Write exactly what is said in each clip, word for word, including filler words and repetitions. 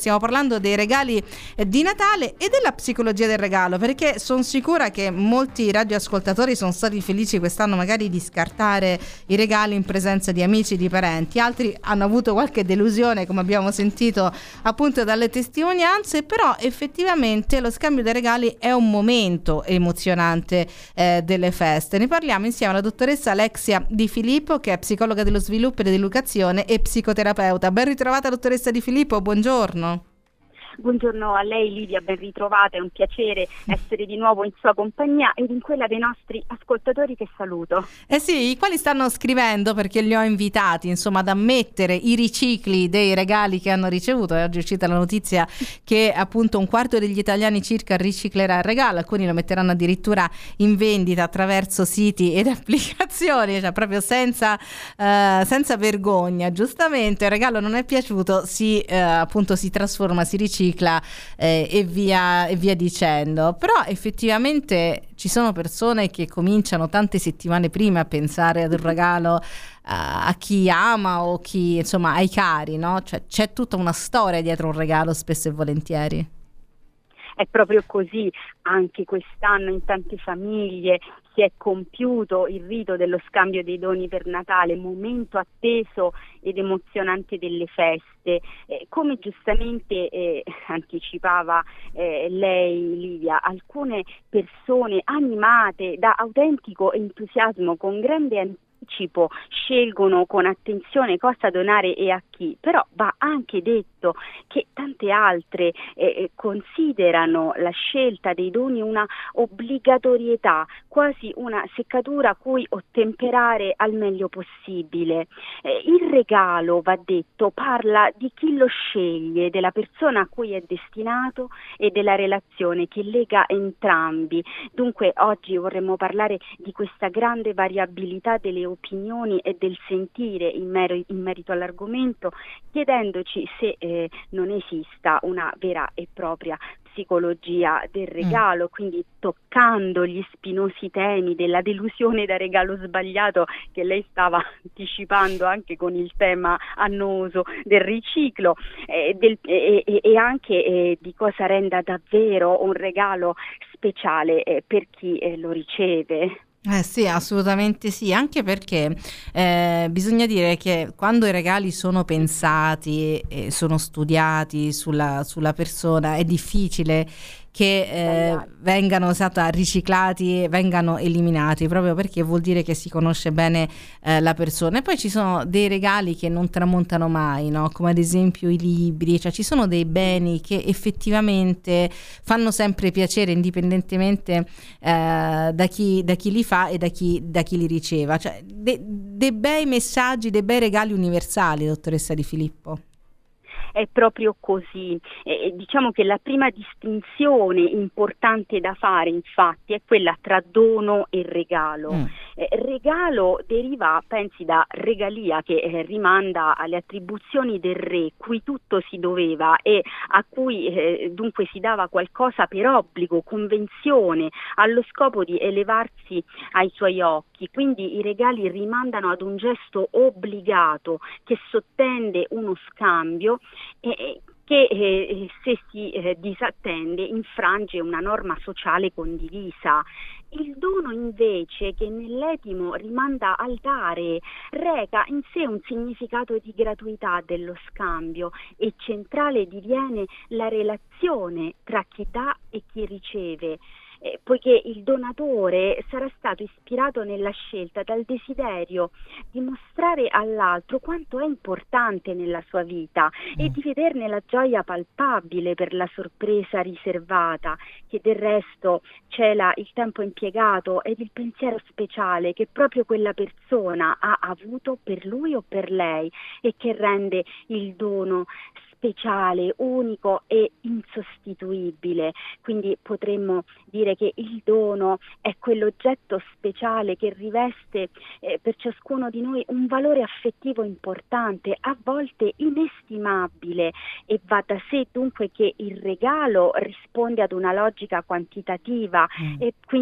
stiamo parlando dei regali di Natale e della psicologia del regalo, perché sono sicura che molti radioascoltatori sono stati felici quest'anno magari di scartare i regali in presenza di amici, di parenti, altri hanno avuto qualche delusione, come abbiamo sentito appunto dalle testimonianze, però effettivamente lo scambio dei regali è un momento emozionante eh, delle feste. Ne parliamo insieme alla dottoressa Alexia Di Filippo, che è psicologa dello sviluppo e dell'educazione e psicoterapeuta. Ben ritrovata dottoressa Di Filippo, buongiorno. Buongiorno a lei Livia, ben ritrovata, è un piacere essere di nuovo in sua compagnia ed in quella dei nostri ascoltatori che saluto. Eh sì, i quali stanno scrivendo perché li ho invitati insomma ad ammettere i ricicli dei regali che hanno ricevuto. E oggi è uscita la notizia che appunto un quarto degli italiani circa riciclerà il regalo, alcuni lo metteranno addirittura in vendita attraverso siti ed applicazioni, cioè proprio senza, eh, senza vergogna. Giustamente il regalo non è piaciuto, si eh, appunto si trasforma, si ricicla Eh, e via e via dicendo. Però effettivamente ci sono persone che cominciano tante settimane prima a pensare ad un regalo uh, a chi ama o chi insomma ai cari, no? Cioè c'è tutta una storia dietro un regalo spesso e volentieri. È proprio così, anche quest'anno in tante famiglie si è compiuto il rito dello scambio dei doni per Natale, momento atteso ed emozionante delle feste. Eh, come giustamente eh, anticipava eh, lei Livia, alcune persone animate da autentico entusiasmo, con grande anticipo, scelgono con attenzione cosa donare e a chi, però va anche detto che tante altre eh, considerano la scelta dei doni una obbligatorietà, quasi una seccatura a cui ottemperare al meglio possibile. Eh, il regalo, va detto, parla di chi lo sceglie, della persona a cui è destinato e della relazione che lega entrambi. Dunque oggi vorremmo parlare di questa grande variabilità delle opinioni e del sentire in, mer- in merito all'argomento, chiedendoci se eh, non esista una vera e propria psicologia del regalo, mm. quindi toccando gli spinosi temi della delusione da regalo sbagliato che lei stava anticipando anche con il tema annoso del riciclo eh, del, e, e, e anche eh, di cosa renda davvero un regalo speciale eh, per chi eh, lo riceve. Eh sì, assolutamente sì, anche perché eh, bisogna dire che quando i regali sono pensati e sono studiati sulla, sulla persona è difficile che eh, vengano stata riciclati e vengano eliminati, proprio perché vuol dire che si conosce bene eh, la persona. E poi ci sono dei regali che non tramontano mai, no? Come ad esempio i libri, cioè ci sono dei beni che effettivamente fanno sempre piacere indipendentemente eh, da chi, da chi li fa e da chi, da chi li riceva, cioè de, dei bei messaggi, dei bei regali universali, dottoressa Di Filippo. È proprio così. Eh, diciamo che la prima distinzione importante da fare, infatti, è quella tra dono e regalo. Mm. Eh, regalo deriva, pensi, da regalia, che eh, rimanda alle attribuzioni del re, cui tutto si doveva e a cui eh, dunque si dava qualcosa per obbligo, convenzione, allo scopo di elevarsi ai suoi occhi. Quindi i regali rimandano ad un gesto obbligato che sottende uno scambio e che eh, se si eh, disattende infrange una norma sociale condivisa. Il dono invece, che nell'etimo rimanda al dare, reca in sé un significato di gratuità dello scambio e centrale diviene la relazione tra chi dà e chi riceve. Eh, poiché il donatore sarà stato ispirato nella scelta dal desiderio di mostrare all'altro quanto è importante nella sua vita mm. e di vederne la gioia palpabile per la sorpresa riservata, che del resto cela il tempo impiegato ed il pensiero speciale che proprio quella persona ha avuto per lui o per lei e che rende il dono speciale, unico e insostituibile. Quindi potremmo dire che il dono è quell'oggetto speciale che riveste eh, per ciascuno di noi un valore affettivo importante, a volte inestimabile, e va da sé dunque che il regalo risponde ad una logica quantitativa mm. e quindi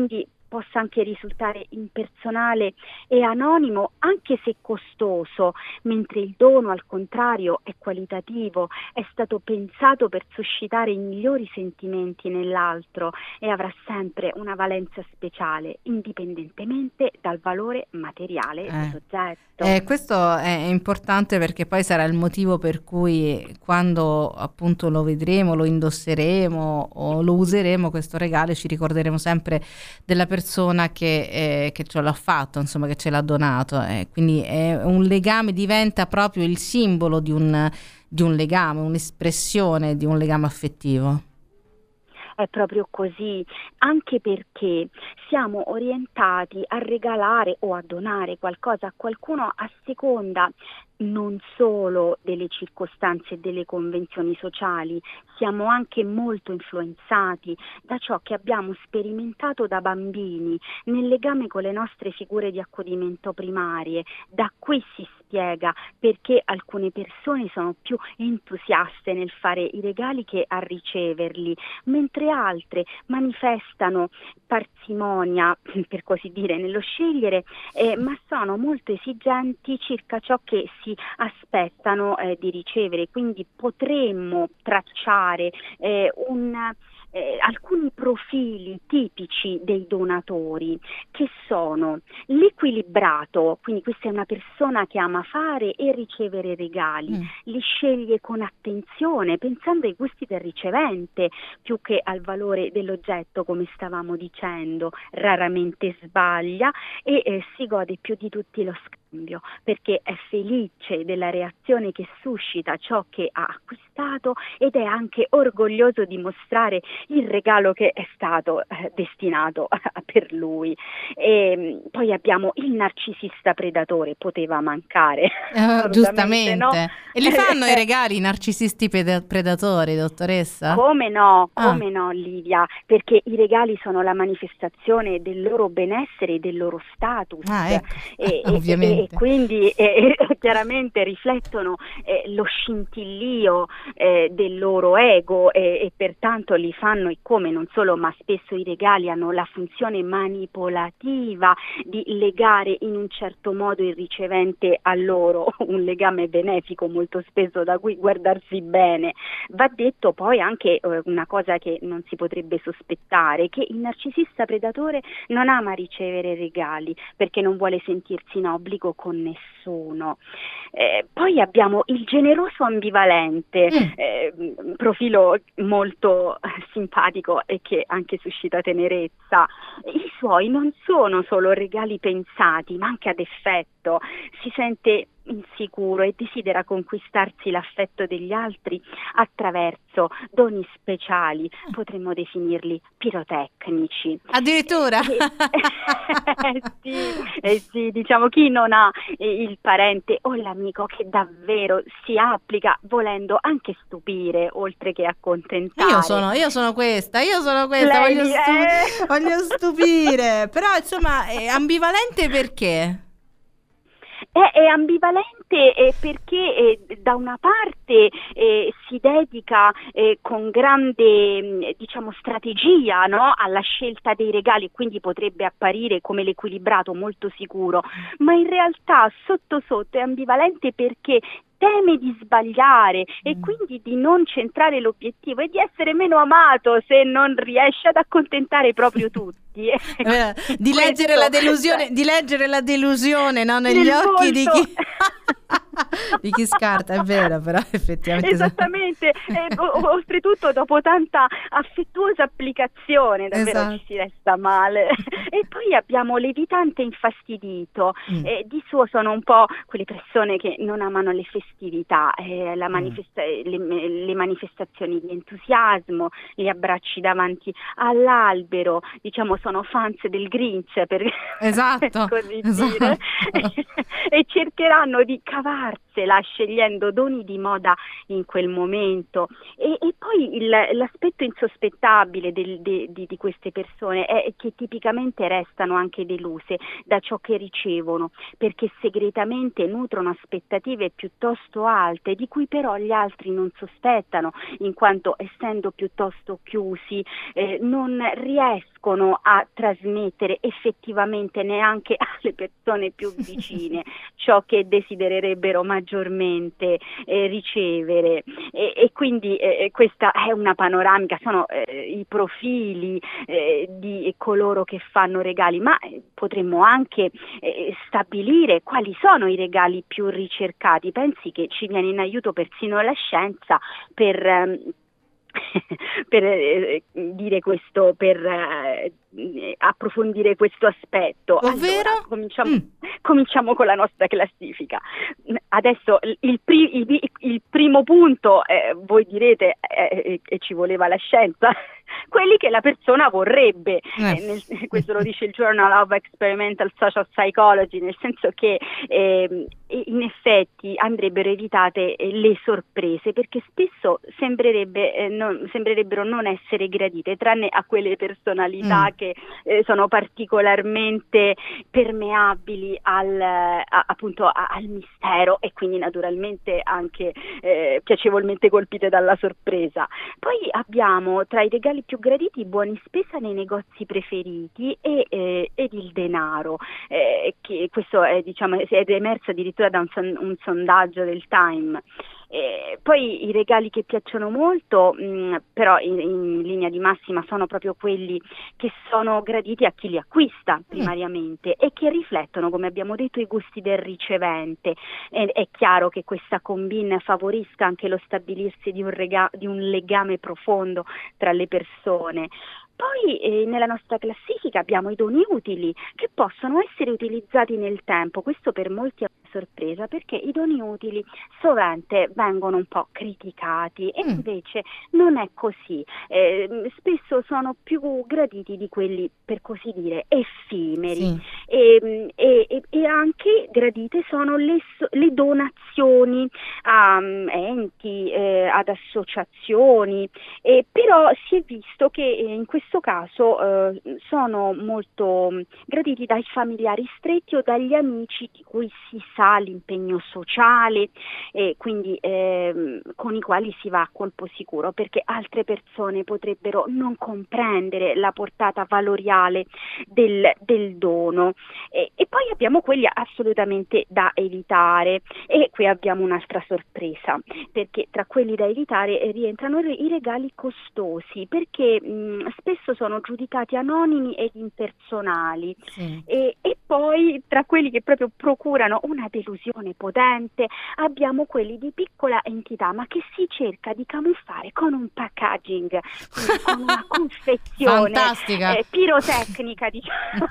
possa anche risultare impersonale e anonimo, anche se costoso, mentre il dono al contrario è qualitativo, è stato pensato per suscitare i migliori sentimenti nell'altro e avrà sempre una valenza speciale, indipendentemente dal valore materiale eh. dell'oggetto. Eh, questo è importante, perché poi sarà il motivo per cui, quando appunto lo vedremo, lo indosseremo o lo useremo, questo regalo, ci ricorderemo sempre della persona che, eh, che ce l'ha fatto, insomma, che ce l'ha donato. Eh. Quindi è un legame, diventa proprio il simbolo di un, di un legame, un'espressione di un legame affettivo. È proprio così, anche perché siamo orientati a regalare o a donare qualcosa a qualcuno a seconda non solo delle circostanze e delle convenzioni sociali, siamo anche molto influenzati da ciò che abbiamo sperimentato da bambini nel legame con le nostre figure di accudimento primarie. Da qui si spiega perché alcune persone sono più entusiaste nel fare i regali che a riceverli, mentre altre manifestano parsimonia, per così dire, nello scegliere, eh, ma sono molto esigenti circa ciò che si aspettano eh, di ricevere. Quindi potremmo tracciare eh, un Eh, alcuni profili tipici dei donatori, che sono l'equilibrato, quindi questa è una persona che ama fare e ricevere regali, mm. li sceglie con attenzione, pensando ai gusti del ricevente più che al valore dell'oggetto, come stavamo dicendo, raramente sbaglia e eh, si gode più di tutti lo scambio, perché è felice della reazione che suscita ciò che ha acquistato ed è anche orgoglioso di mostrare il regalo che è stato eh, destinato per lui. E poi abbiamo il narcisista predatore, poteva mancare. Uh, giustamente. No? E li fanno i Eh, regali i narcisisti peda- predatori, dottoressa? Come no, Ah. come no, Livia, perché i regali sono la manifestazione del loro benessere e del loro status. Ah, ecco. e, Ovviamente. e, e quindi eh, chiaramente riflettono eh, lo scintillio eh, del loro ego e, e pertanto li fanno, e come non solo, ma spesso i regali hanno la funzione manipolativa di legare in un certo modo il ricevente a loro, un legame benefico molto spesso da cui guardarsi bene. Va detto poi anche eh, una cosa che non si potrebbe sospettare, che il narcisista predatore non ama ricevere regali perché non vuole sentirsi in obbligo con nessuno. Eh, poi abbiamo il generoso ambivalente, Mm. eh, profilo molto simpatico e che anche suscita tenerezza. I suoi non sono solo regali pensati, ma anche ad effetto. Si sente insicuro e desidera conquistarsi l'affetto degli altri attraverso doni speciali, potremmo definirli pirotecnici. Addirittura? Eh, sì, eh sì, diciamo, chi non ha eh, il parente o l'amico che davvero si applica volendo anche stupire oltre che accontentare. Io sono, io sono questa, io sono questa, Lei, voglio, stu- eh. voglio stupire, però insomma è ambivalente perché? È, è ambivalente eh, perché eh, da una parte eh, si dedica eh, con grande mh, diciamo strategia, no, alla scelta dei regali, quindi potrebbe apparire come l'equilibrato molto sicuro, ma in realtà sotto sotto è ambivalente perché teme di sbagliare e quindi di non centrare l'obiettivo e di essere meno amato se non riesce ad accontentare proprio tutti. Eh, di leggere la delusione, di leggere la delusione, no, negli Nel occhi di volto. chi di chi scarta, è vero, però effettivamente Esattamente, e, o- oltretutto dopo tanta affettuosa applicazione davvero Esatto. ci si resta male. E poi abbiamo l'evitante infastidito, Mm. eh, di suo sono un po' quelle persone che non amano le festività, eh, la manifesta- le, le manifestazioni di entusiasmo, gli abbracci davanti all'albero, diciamo sono fans del Grinch per, Esatto, per così esatto. dire, e cercheranno di cavarsi là scegliendo doni di moda in quel momento. E, e poi il, l'aspetto insospettabile del, de, di, di queste persone è che tipicamente restano anche deluse da ciò che ricevono, perché segretamente nutrono aspettative piuttosto alte, di cui però gli altri non sospettano, in quanto essendo piuttosto chiusi eh, non riescono a trasmettere effettivamente neanche alle persone più vicine ciò che desidererebbero maggiormente eh, ricevere. E, e quindi eh, questa è una panoramica, sono eh, i profili eh, di coloro che fanno regali, ma eh, potremmo anche eh, stabilire quali sono i regali più ricercati. Pensi che ci viene in aiuto persino la scienza per ehm, per eh, dire questo, per eh, approfondire questo aspetto. Ovvero? Allora, cominciamo, Mm. cominciamo con la nostra classifica. Adesso il, pri- il, il primo punto, eh, voi direte, eh, eh, ci voleva la scienza, quelli che la persona vorrebbe, Eh. eh, nel, questo lo dice il Journal of Experimental Social Psychology, nel senso che eh, in effetti andrebbero evitate eh, le sorprese, perché spesso sembrerebbe, eh, non, sembrerebbero non essere gradite, tranne a quelle personalità Mm. che eh, sono particolarmente permeabili al, a, appunto a, al mistero e quindi naturalmente anche eh, piacevolmente colpite dalla sorpresa. Poi abbiamo tra i regali più graditi i buoni spesa nei negozi preferiti e, eh, ed il denaro, eh, che questo è, diciamo, è emerso addirittura da un, son- un sondaggio del Time. Eh, poi i regali che piacciono molto, mh, però in, in linea di massima sono proprio quelli che sono graditi a chi li acquista primariamente e che riflettono, come abbiamo detto, i gusti del ricevente. Eh, è chiaro che questa combine favorisca anche lo stabilirsi di un, rega- di un legame profondo tra le persone. Poi eh, nella nostra classifica abbiamo i doni utili che possono essere utilizzati nel tempo. Questo per molti è una sorpresa, perché i doni utili sovente vengono un po' criticati e Mm. invece non è così. Eh, spesso sono più graditi di quelli, per così dire, effimeri. Sì. E, e, e anche gradite sono le, so- le donazioni a um, enti, eh, ad associazioni, eh, però si è visto che eh, in questo caso eh, sono molto mh, graditi dai familiari stretti o dagli amici di cui si sa l'impegno sociale e quindi ehm, con i quali si va a colpo sicuro, perché altre persone potrebbero non comprendere la portata valoriale del, del dono. E, e poi abbiamo quelli assolutamente da evitare, e qui abbiamo un'altra sorpresa, perché tra quelli da evitare eh, rientrano i i regali costosi, perché mh, spesso sono giudicati anonimi ed impersonali. Sì. E, e poi tra quelli che proprio procurano una delusione potente abbiamo quelli di piccola entità, ma che si cerca di camuffare con un packaging, quindi con una confezione Fantastica. eh, pirotecnica, diciamo.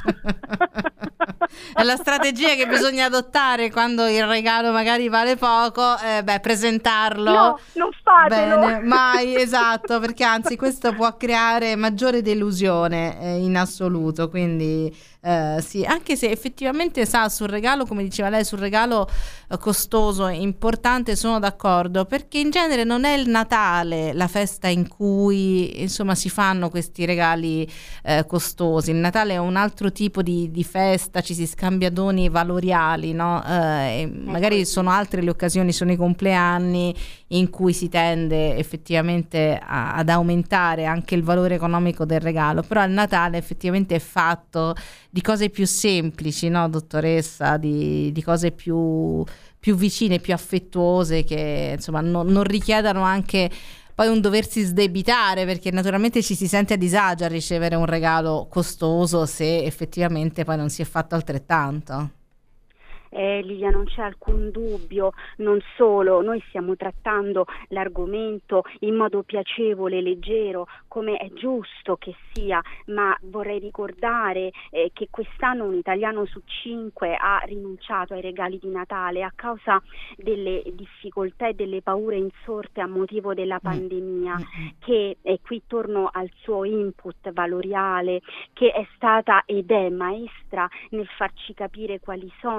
È la strategia che bisogna adottare quando il regalo magari vale poco, eh, beh, presentarlo. No, non fatelo. Bene, mai, esatto, perché anzi questo può creare maggiore delusione eh, in assoluto, quindi eh, sì, anche se effettivamente sa, sul regalo, come diceva lei, sul regalo eh, costoso, importante, sono d'accordo, perché in genere non è il Natale la festa in cui insomma si fanno questi regali eh, costosi. Il Natale è un altro tipo di, di festa, ci si scambia doni valoriali, no? Eh, e magari sono altre le occasioni, sono i compleanni in cui si tende effettivamente a, ad aumentare anche il valore economico del regalo, però il Natale effettivamente è fatto di cose più semplici, no, dottoressa, di, di cose più, più vicine, più affettuose, che insomma non, non richiedano anche poi un doversi sdebitare, perché naturalmente ci si sente a disagio a ricevere un regalo costoso se effettivamente poi non si è fatto altrettanto. Eh, Lilia, non c'è alcun dubbio, non solo, noi stiamo trattando l'argomento in modo piacevole, leggero, come è giusto che sia, ma vorrei ricordare eh, che quest'anno un italiano su cinque ha rinunciato ai regali di Natale a causa delle difficoltà e delle paure insorte a motivo della pandemia, Mm-hmm. che, e qui torno al suo input valoriale, che è stata ed è maestra nel farci capire quali sono i veri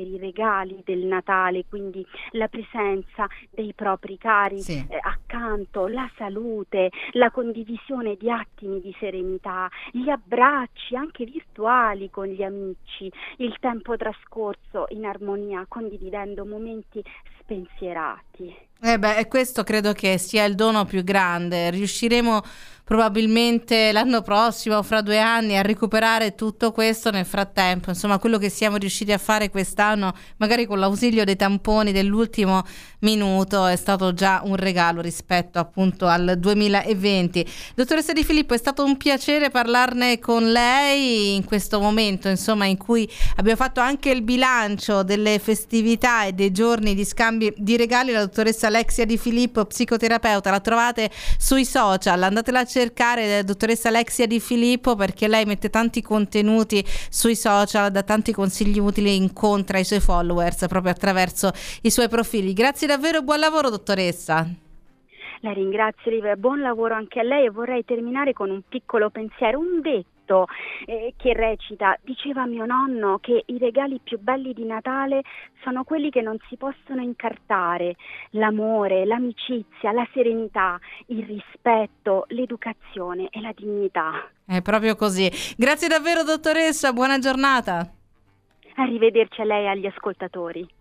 veri regali del Natale, quindi la presenza dei propri cari Sì. eh, accanto, la salute, la condivisione di attimi di serenità, gli abbracci anche virtuali con gli amici, il tempo trascorso in armonia condividendo momenti spensierati. Eh beh, e questo credo che sia il dono più grande. Riusciremo probabilmente l'anno prossimo, fra due anni, a recuperare tutto questo. Nel frattempo, insomma, quello che siamo riusciti a fare quest'anno, magari con l'ausilio dei tamponi dell'ultimo minuto, è stato già un regalo rispetto appunto al duemilaventi. Dottoressa Di Filippo, è stato un piacere parlarne con lei in questo momento, insomma, in cui abbiamo fatto anche il bilancio delle festività e dei giorni di scambi di regali. La dottoressa Alexia Di Filippo, psicoterapeuta, la trovate sui social, andatela a cercare, dottoressa Alexia Di Filippo, perché lei mette tanti contenuti sui social, dà tanti consigli utili, incontra i suoi followers proprio attraverso i suoi profili. Grazie davvero e buon lavoro, dottoressa. La ringrazio, Liv, buon lavoro anche a lei, e vorrei terminare con un piccolo pensiero, un detto eh, che recita: diceva mio nonno che i regali più belli di Natale sono quelli che non si possono incartare: l'amore, l'amicizia, la serenità, il rispetto, l'educazione e la dignità. È proprio così. Grazie davvero, dottoressa, buona giornata. Arrivederci a lei e agli ascoltatori.